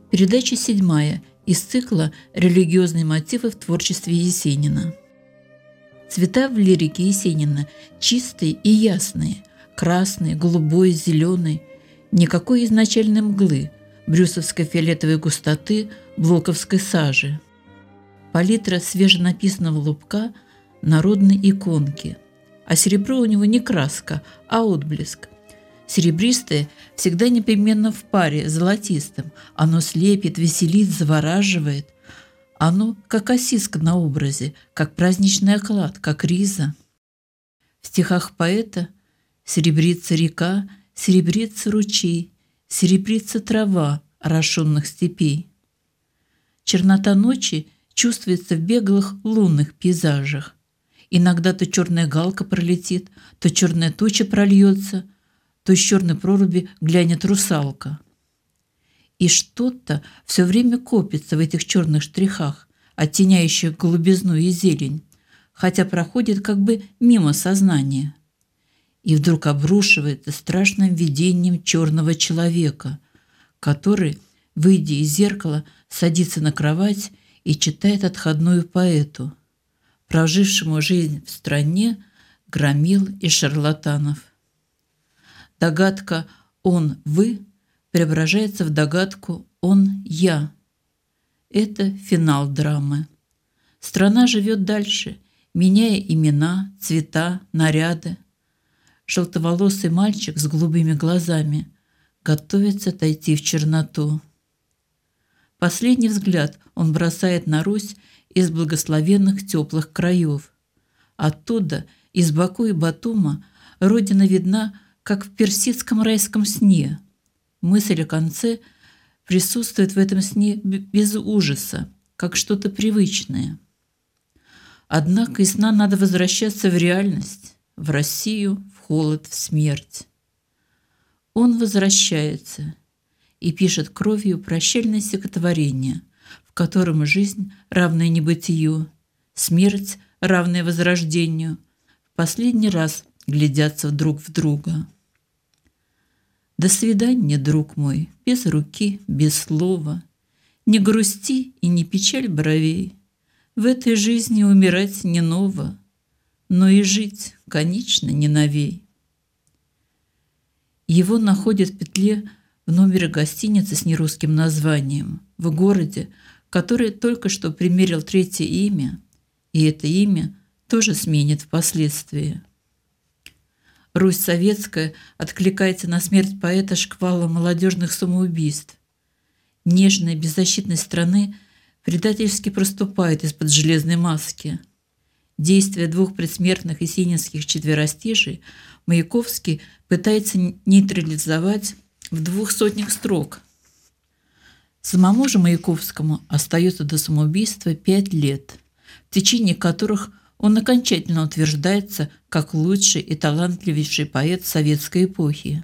Передача 7 из цикла «Религиозные мотивы в творчестве Есенина». Цвета в лирике Есенина чистые и ясные, красный, голубой, зеленый, никакой изначальной мглы, брюсовской фиолетовой густоты, блоковской сажи. Палитра свеженаписанного лубка народной иконки, а серебро у него не краска, а отблеск. Серебристое всегда непременно в паре с золотистым. Оно слепит, веселит, завораживает. Оно как осиска на образе, как праздничный оклад, как риза. В стихах поэта серебрится река, серебрится ручей, серебрится трава орошенных степей. Чернота ночи чувствуется в беглых лунных пейзажах. Иногда то черная галка пролетит, то черная туча прольется, то из черной проруби глянет русалка. И что-то все время копится в этих черных штрихах, оттеняющих голубизну и зелень, хотя проходит как бы мимо сознания. И вдруг обрушивается страшным видением черного человека, который, выйдя из зеркала, садится на кровать и читает отходную поэту, прожившему жизнь в стране громил и шарлатанов. Догадка «он, вы» преображается в догадку «он, я». Это финал драмы. Страна живет дальше, меняя имена, цвета, наряды. Желтоволосый мальчик с голубыми глазами готовится отойти в черноту. Последний взгляд он бросает на Русь из благословенных теплых краев. Оттуда, из Баку и Батума, родина видна, как в персидском райском сне. Мысль о конце присутствует в этом сне без ужаса, как что-то привычное. Однако из сна надо возвращаться в реальность, в Россию, в холод, в смерть. Он возвращается и пишет кровью прощальное стихотворение, в котором жизнь, равная небытию, смерть, равная возрождению, в последний раз глядятся друг в друга. До свидания, друг мой, без руки, без слова. Не грусти и не печаль бровей. В этой жизни умирать не ново, но и жить, конечно, не новей. Его находят в петле в номере гостиницы с нерусским названием, в городе, который только что примерил 3-е имя, и это имя тоже сменит впоследствии. Русь советская откликается на смерть поэта шквалом молодежных самоубийств. Нежная беззащитность страны предательски проступает из-под железной маски. Действия 2 предсмертных есенинских четверостишей Маяковский пытается нейтрализовать в 200 строк. Самому же Маяковскому остается до самоубийства 5 лет, в течение которых он окончательно утверждается как лучший и талантливейший поэт советской эпохи.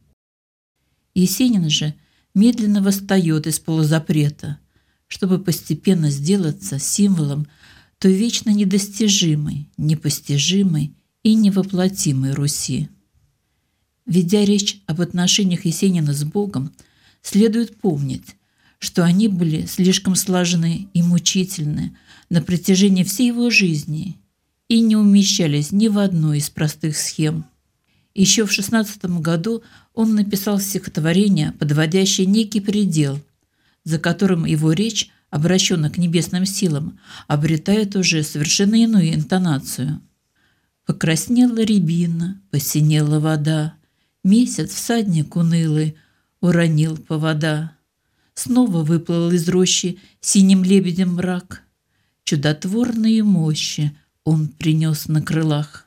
Есенин же медленно восстает из полузапрета, чтобы постепенно сделаться символом той вечно недостижимой, непостижимой и невоплотимой Руси. Ведя речь об отношениях Есенина с Богом, следует помнить, что они были слишком сложны и мучительны на протяжении всей его жизни и не умещались ни в одну из простых схем. Еще в 16 году он написал стихотворение, подводящее некий предел, за которым его речь, обращенная к небесным силам, обретает уже совершенно иную интонацию. «Покраснела рябина, посинела вода, месяц всадник унылый уронил повода. Снова выплыл из рощи синим лебедем мрак, чудотворные мощи он принес на крылах».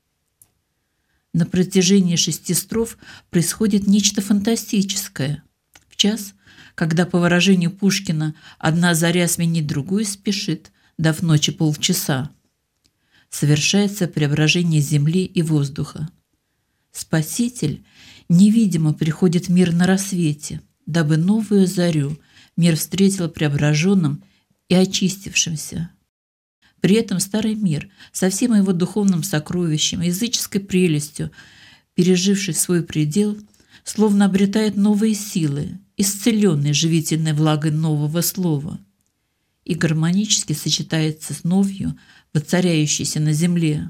На протяжении 6 строф происходит нечто фантастическое. В час, когда, по выражению Пушкина, одна заря сменить другую спешит, дав ночи полчаса, совершается преображение земли и воздуха. Спаситель невидимо приходит в мир на рассвете, дабы новую зарю мир встретил преображенным и очистившимся. При этом старый мир, со всем его духовным сокровищем, языческой прелестью, переживший свой предел, словно обретает новые силы, исцеленный живительной влагой нового слова, и гармонически сочетается с новью, воцаряющейся на земле.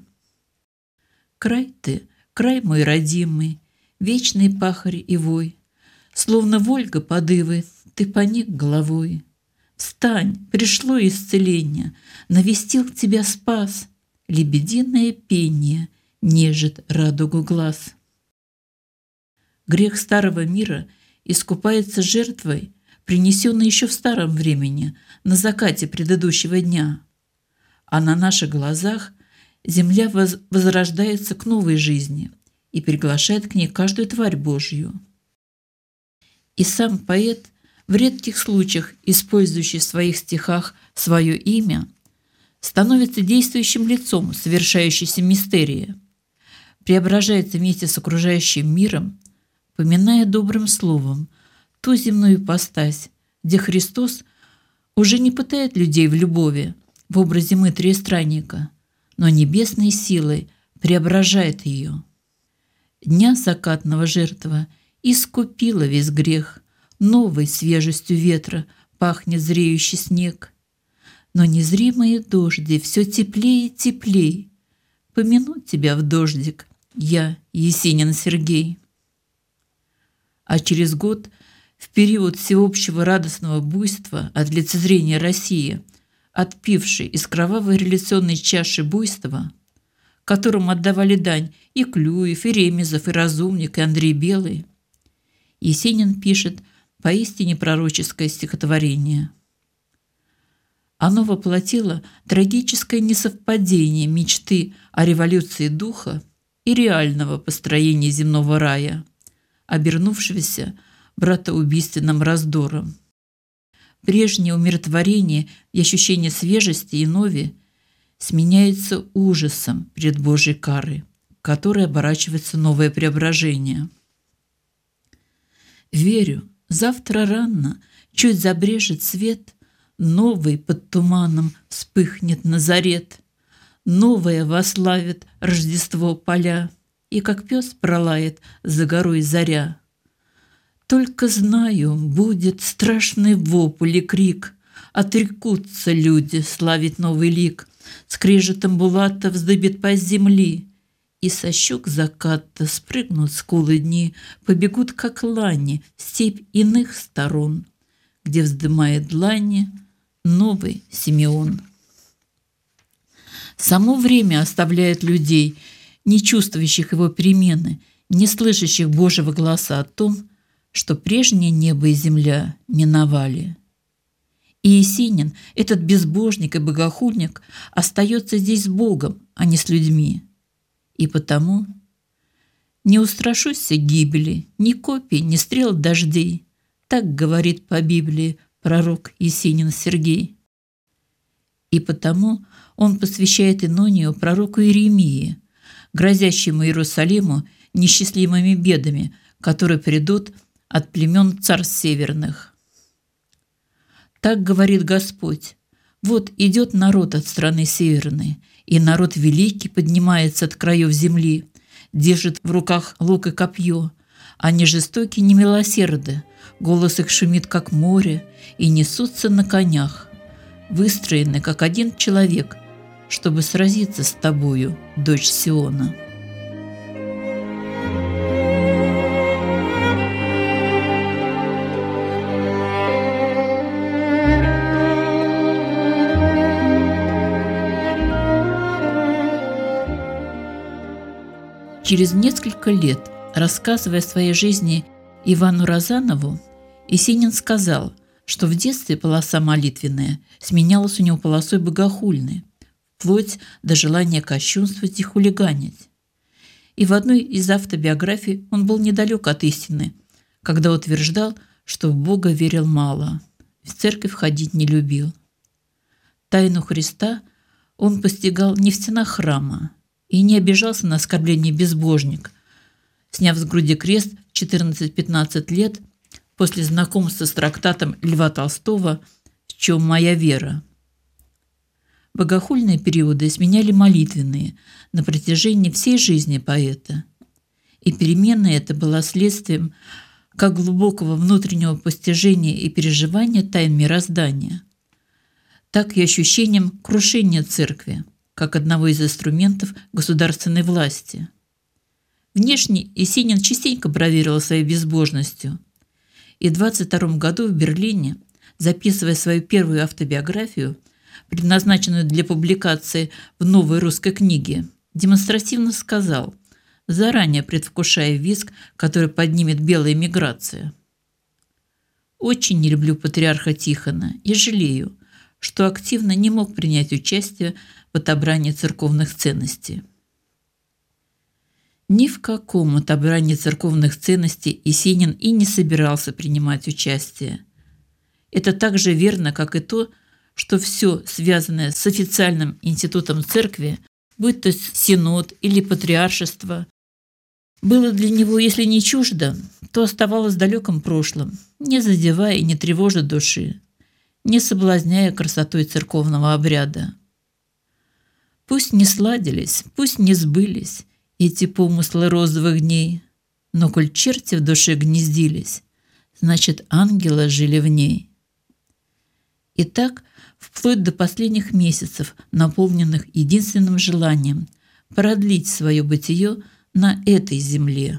Край ты, край мой родимый, вечный пахарь и вой, словно Вольга подывы, ты поник головой. Встань, пришло исцеление, навестил тебя спас, лебединое пение нежит радугу глаз. Грех старого мира искупается жертвой, принесенной еще в старом времени, на закате предыдущего дня. А на наших глазах земля возрождается к новой жизни и приглашает к ней каждую тварь Божью. И сам поэт, в редких случаях использующий в своих стихах свое имя, становится действующим лицом совершающейся мистерии, преображается вместе с окружающим миром, поминая добрым словом ту земную ипостась, где Христос уже не пытает людей в любови, в образе мытаря и странника, но небесной силой преображает ее. Дня закатного жертва искупила весь грех, новой свежестью ветра пахнет зреющий снег. Но незримые дожди все теплее и теплее. Помяну тебя в дождик, я, Есенин Сергей. А через год, в период всеобщего радостного буйства от лицезрения России, отпившей из кровавой реляционной чаши буйства, которому отдавали дань и Клюев, и Ремезов, и Разумник, и Андрей Белый, Есенин пишет поистине пророческое стихотворение. Оно воплотило трагическое несовпадение мечты о революции духа и реального построения земного рая, обернувшегося братоубийственным раздором. Прежнее умиротворение и ощущение свежести и нови сменяется ужасом перед Божьей карой, которой оборачивается новое преображение. Верю, завтра рано чуть забрежет свет, новый под туманом вспыхнет Назарет, новое вославит Рождество поля, и как пес пролает за горой заря. Только знаю, будет страшный вопль и крик, отрекутся люди славить новый лик, скрежетом булата вздыбит по земли, и со щек заката спрыгнут скулы дни, побегут, как лани, в степь иных сторон, где вздымает длани новый Симеон. Само время оставляет людей, не чувствующих его перемены, не слышащих Божьего гласа о том, что прежнее небо и земля миновали. И Есенин, этот безбожник и богохульник, остается здесь с Богом, а не с людьми. И потому не устрашусь гибели, ни копий, ни стрел дождей. Так говорит по Библии пророк Есенин Сергей. И потому он посвящает Инонию пророку Иеремии, грозящему Иерусалиму несчастливыми бедами, которые придут от племен царств северных. Так говорит Господь: вот идет народ от страны северной, и народ великий поднимается от краев земли, держит в руках лук и копье. Они жестоки и немилосерды, голос их шумит, как море, и несутся на конях, выстроены, как один человек, чтобы сразиться с тобою, дочь Сиона. Через несколько лет, рассказывая о своей жизни Ивану Розанову, Есенин сказал, что в детстве полоса молитвенная сменялась у него полосой богохульной, вплоть до желания кощунствовать и хулиганить. И в одной из автобиографий он был недалек от истины, когда утверждал, что в Бога верил мало, в церковь ходить не любил. Тайну Христа он постигал не в стенах храма и не обижался на оскорбление безбожник, сняв с груди крест в 14-15 лет после знакомства с трактатом Льва Толстого «В чем моя вера?». Богохульные периоды сменяли молитвенные на протяжении всей жизни поэта. И перемена эта была следствием как глубокого внутреннего постижения и переживания тайн мироздания, так и ощущением крушения церкви, как одного из инструментов государственной власти. Внешне Есенин частенько бравировал своей безбожностью, и в 22 году в Берлине, записывая свою первую автобиографию, предназначенную для публикации в «Новой русской книге», демонстративно сказал, заранее предвкушая визг, который поднимет белая миграция: «Очень не люблю патриарха Тихона и жалею, что активно не мог принять участие в отобрании церковных ценностей». Ни в каком отобрании церковных ценностей Есенин и не собирался принимать участие. Это так же верно, как и то, что все, связанное с официальным институтом церкви, будь то синод или патриаршество, было для него, если не чуждо, то оставалось в далеком прошлом, не задевая и не тревожа души, не соблазняя красотой церковного обряда. Пусть не сладились, пусть не сбылись эти помыслы розовых дней, но коль черти в душе гнездились, значит, ангелы жили в ней. И так, вплоть до последних месяцев, наполненных единственным желанием продлить свое бытие на этой земле.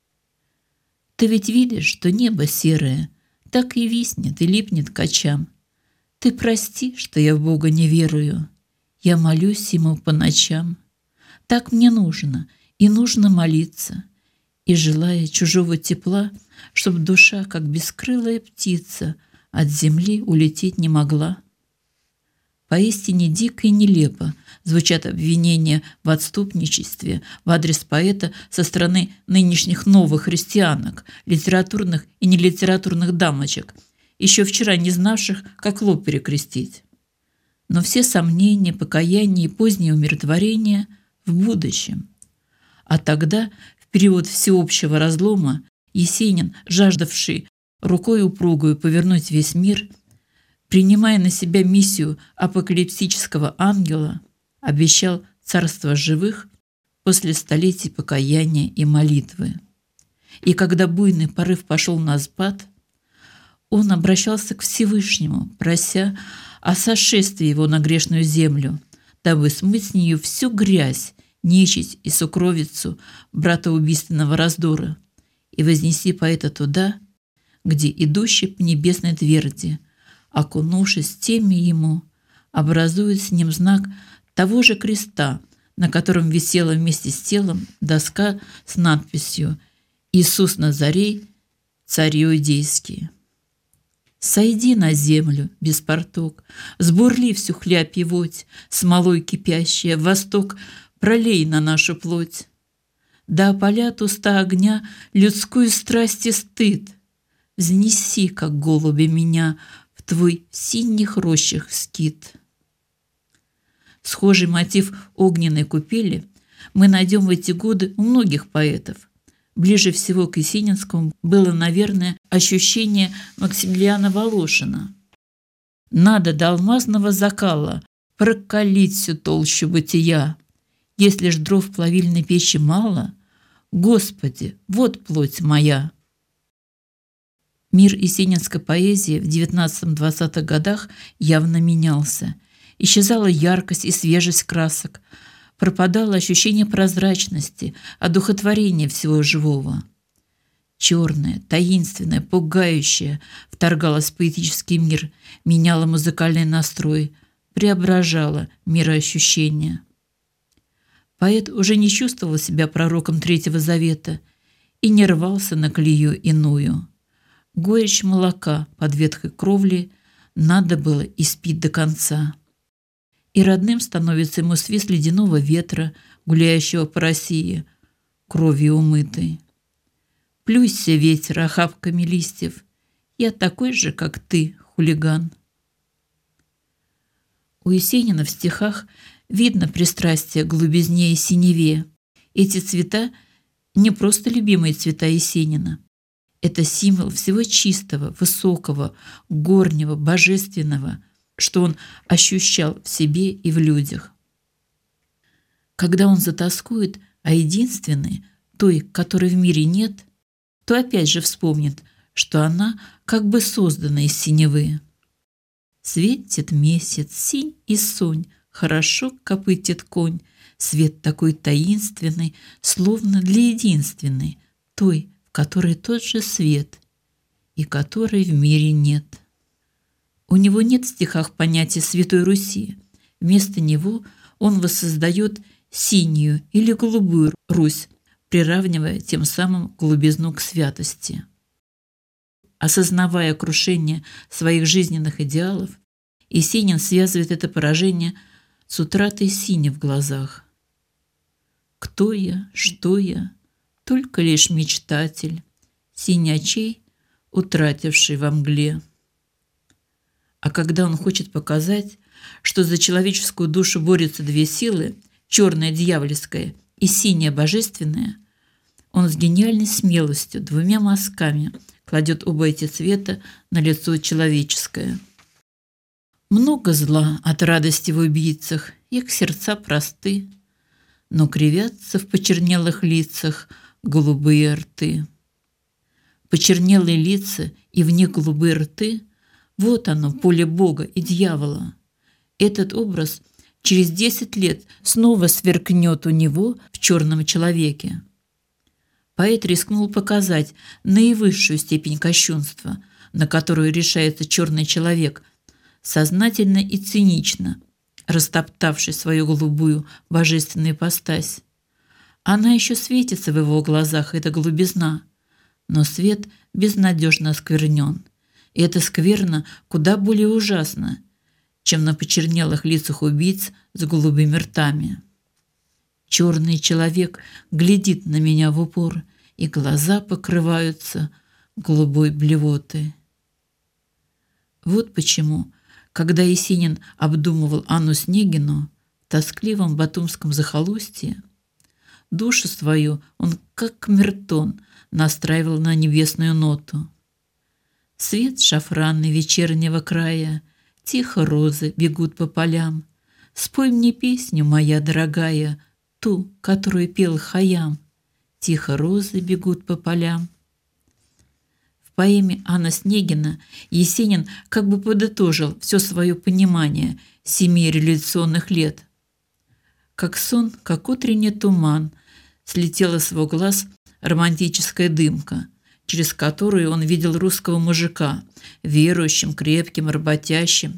Ты ведь видишь, что небо серое, так и виснет и липнет к очам. Ты прости, что я в Бога не верую, я молюсь Ему по ночам. Так мне нужно, и нужно молиться, и, желая чужого тепла, чтоб душа, как бескрылая птица, от земли улететь не могла. Поистине дико и нелепо звучат обвинения в отступничестве в адрес поэта со стороны нынешних новых христианок, литературных и нелитературных дамочек, еще вчера не знавших, как лоб перекрестить. Но все сомнения, покаяние и позднее умиротворение в будущем. А тогда, в период всеобщего разлома, Есенин, жаждавший рукой упругую повернуть весь мир, принимая на себя миссию апокалиптического ангела, обещал царство живых после столетий покаяния и молитвы. И когда буйный порыв пошел на спад, он обращался к Всевышнему, прося о сошествии его на грешную землю, дабы смыть с нее всю грязь, нечисть и сукровицу братоубийственного раздора и вознеси поэта туда, где идущий по небесной тверди, окунувшись теми ему, образует с ним знак того же креста, на котором висела вместе с телом доска с надписью «Иисус Назарей, царь иудейский». Сойди на землю, беспорток, сбурли всю хлябь и водь, смолой кипящая, в восток пролей на нашу плоть. Да опалят уста огня людскую страсть и стыд. Взнеси, как голуби, меня в твой синих рощах скит. Схожий мотив огненной купели мы найдем в эти годы у многих поэтов. Ближе всего к Есенинскому было, наверное, ощущение Максимилиана Волошина. Надо до алмазного закала прокалить всю толщу бытия. Если ж дров плавильной печи мало, Господи, вот плоть моя. Мир есенинской поэзии в 19-20-х годах явно менялся. Исчезала яркость и свежесть красок, пропадало ощущение прозрачности, одухотворения всего живого. Черное, таинственное, пугающее вторгалось в поэтический мир, меняло музыкальный настрой, преображало мироощущение. Поэт уже не чувствовал себя пророком Третьего Завета и не рвался на колею иную. Горечь молока под ветхой кровлей надо было испить до конца. И родным становится ему свист ледяного ветра, гуляющего по России, кровью умытой. Плюйся, ветер, охапками листьев, я такой же, как ты, хулиган. У Есенина в стихах видно пристрастие к глубизне и синеве. Эти цвета не просто любимые цвета Есенина. Это символ всего чистого, высокого, горнего, божественного, что он ощущал в себе и в людях. Когда он затоскует о единственной, той, которой в мире нет, то опять же вспомнит, что она как бы создана из синевы. Светит месяц, синь и сонь, хорошо копытит конь, свет такой таинственный, словно для единственной, той, в которой тот же свет, и которой в мире нет. У него нет в стихах понятия Святой Руси. Вместо него он воссоздает синюю или голубую Русь, приравнивая тем самым голубизну к святости. Осознавая крушение своих жизненных идеалов, Есенин связывает это поражение с утратой сини в глазах. «Кто я, что я? Только лишь мечтатель, синь очей, утративший во мгле». А когда он хочет показать, что за человеческую душу борются две силы, черная дьявольская и синяя божественная, он с гениальной смелостью двумя мазками кладет оба эти цвета на лицо человеческое. Много зла от радости в убийцах, их сердца просты, но кривятся в почернелых лицах голубые рты. Почернелые лица и в них голубые рты – вот оно, поле Бога и дьявола. Этот образ через 10 лет снова сверкнет у него в черном человеке. Поэт рискнул показать наивысшую степень кощунства, на которую решается черный человек, сознательно и цинично, растоптавший свою голубую божественную ипостась. Она еще светится в его глазах, эта голубизна, но свет безнадежно осквернен. И эта скверна куда более ужасна, чем на почернелых лицах убийц с голубыми ртами. Черный человек глядит на меня в упор, и глаза покрываются голубой блевотой. Вот почему, когда Есенин обдумывал Анну Снегину в тоскливом батумском захолустье, душу свою он, как камертон, настраивал на небесную ноту. Свет шафранный вечернего края, тихо розы бегут по полям. Спой мне песню, моя дорогая, ту, которую пел Хайам. Тихо розы бегут по полям. В поэме Анна Снегина Есенин как бы подытожил все свое понимание 7 революционных лет. Как сон, как утренний туман, слетела с его глаз романтическая дымка, через которую он видел русского мужика, верующим, крепким, работящим.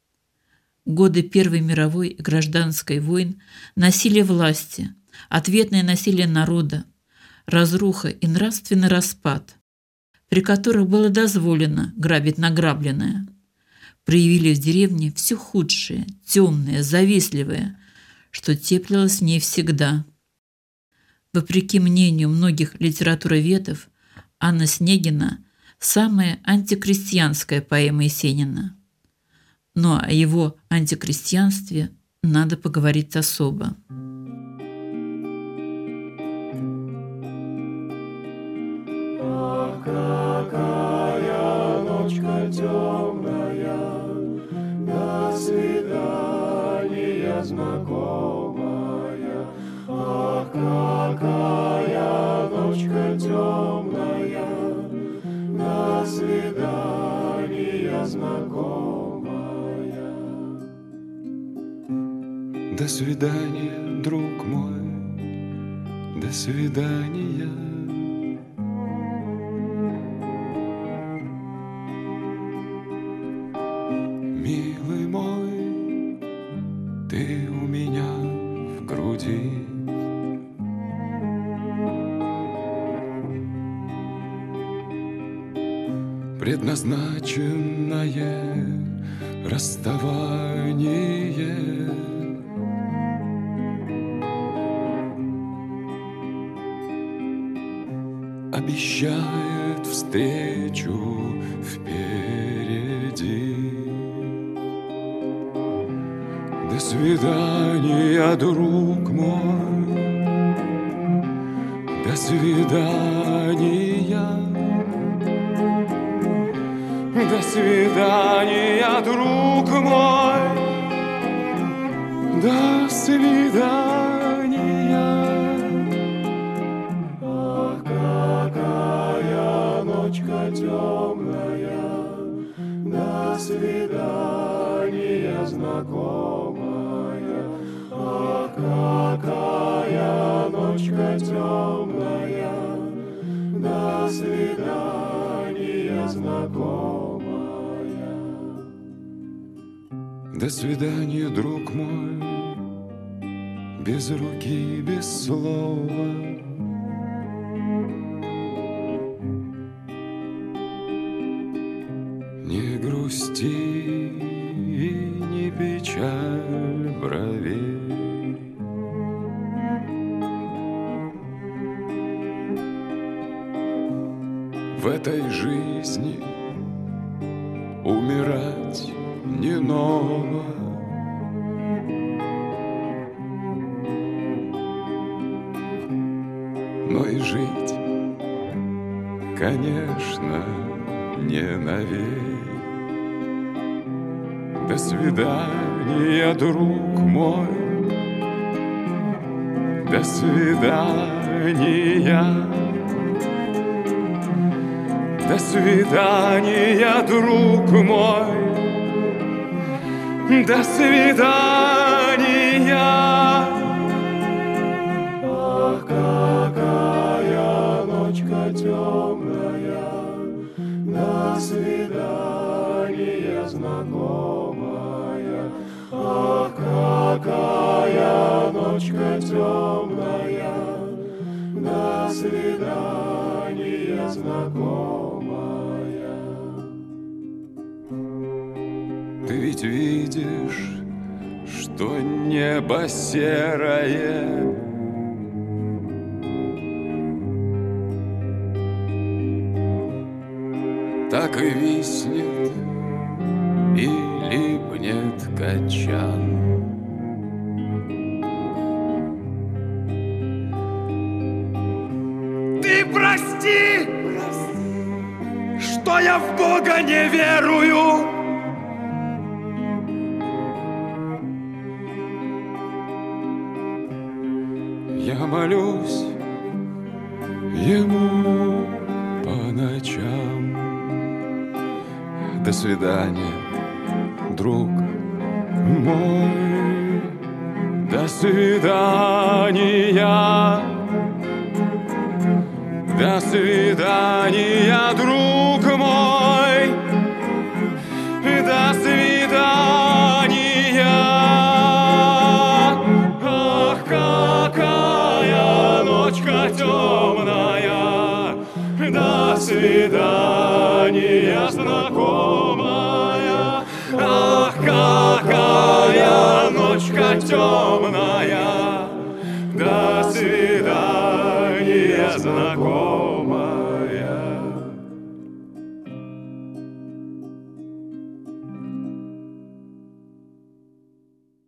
Годы Первой мировой и гражданской войн, насилие власти, ответное насилие народа, разруха и нравственный распад, при которых было дозволено грабить награбленное, проявили в деревне все худшее, темное, завистливое, что теплилось в ней всегда. Вопреки мнению многих литературоведов, Анна Снегина – самая антикрестьянская поэма Есенина. Но о его антикрестьянстве надо поговорить особо. Ах, какая ночка темная, до свидания, знакомая. Ах, какая ночка темная, до свидания, знакомая. До свидания, друг мой, до свидания. Милый мой, ты у меня в груди. Предназначенное расставание. Обещает встречу впереди. До свидания, друг мой, до свидания. До свидания, друг мой, до свидания. свидания, знакомая. Ах, какая ночка темная. До свидания, знакомая. До свидания, друг мой, без руки, без слова. Не грусти и не печаль бровей. В этой жизни умирать не ново. Но и жить, конечно, не навек. До свидания, друг мой. До свидания. До свидания, друг мой. До свидания. Ах, какая ночка темная. До свидания, знакомая. Ах, какая ночка темная. До свидания, знакомая. Ты ведь видишь, что небо серое, так и виснет и липнет качан. Ты прости, что я в Бога не верую. Я молюсь Ему по ночам. До свидания, друг мой. До свидания. До свидания, друг мой. До свидания. Ах, какая ночка темная. До свидания, знакомая. Ах, какая ночка темная. До свидания, знакомая.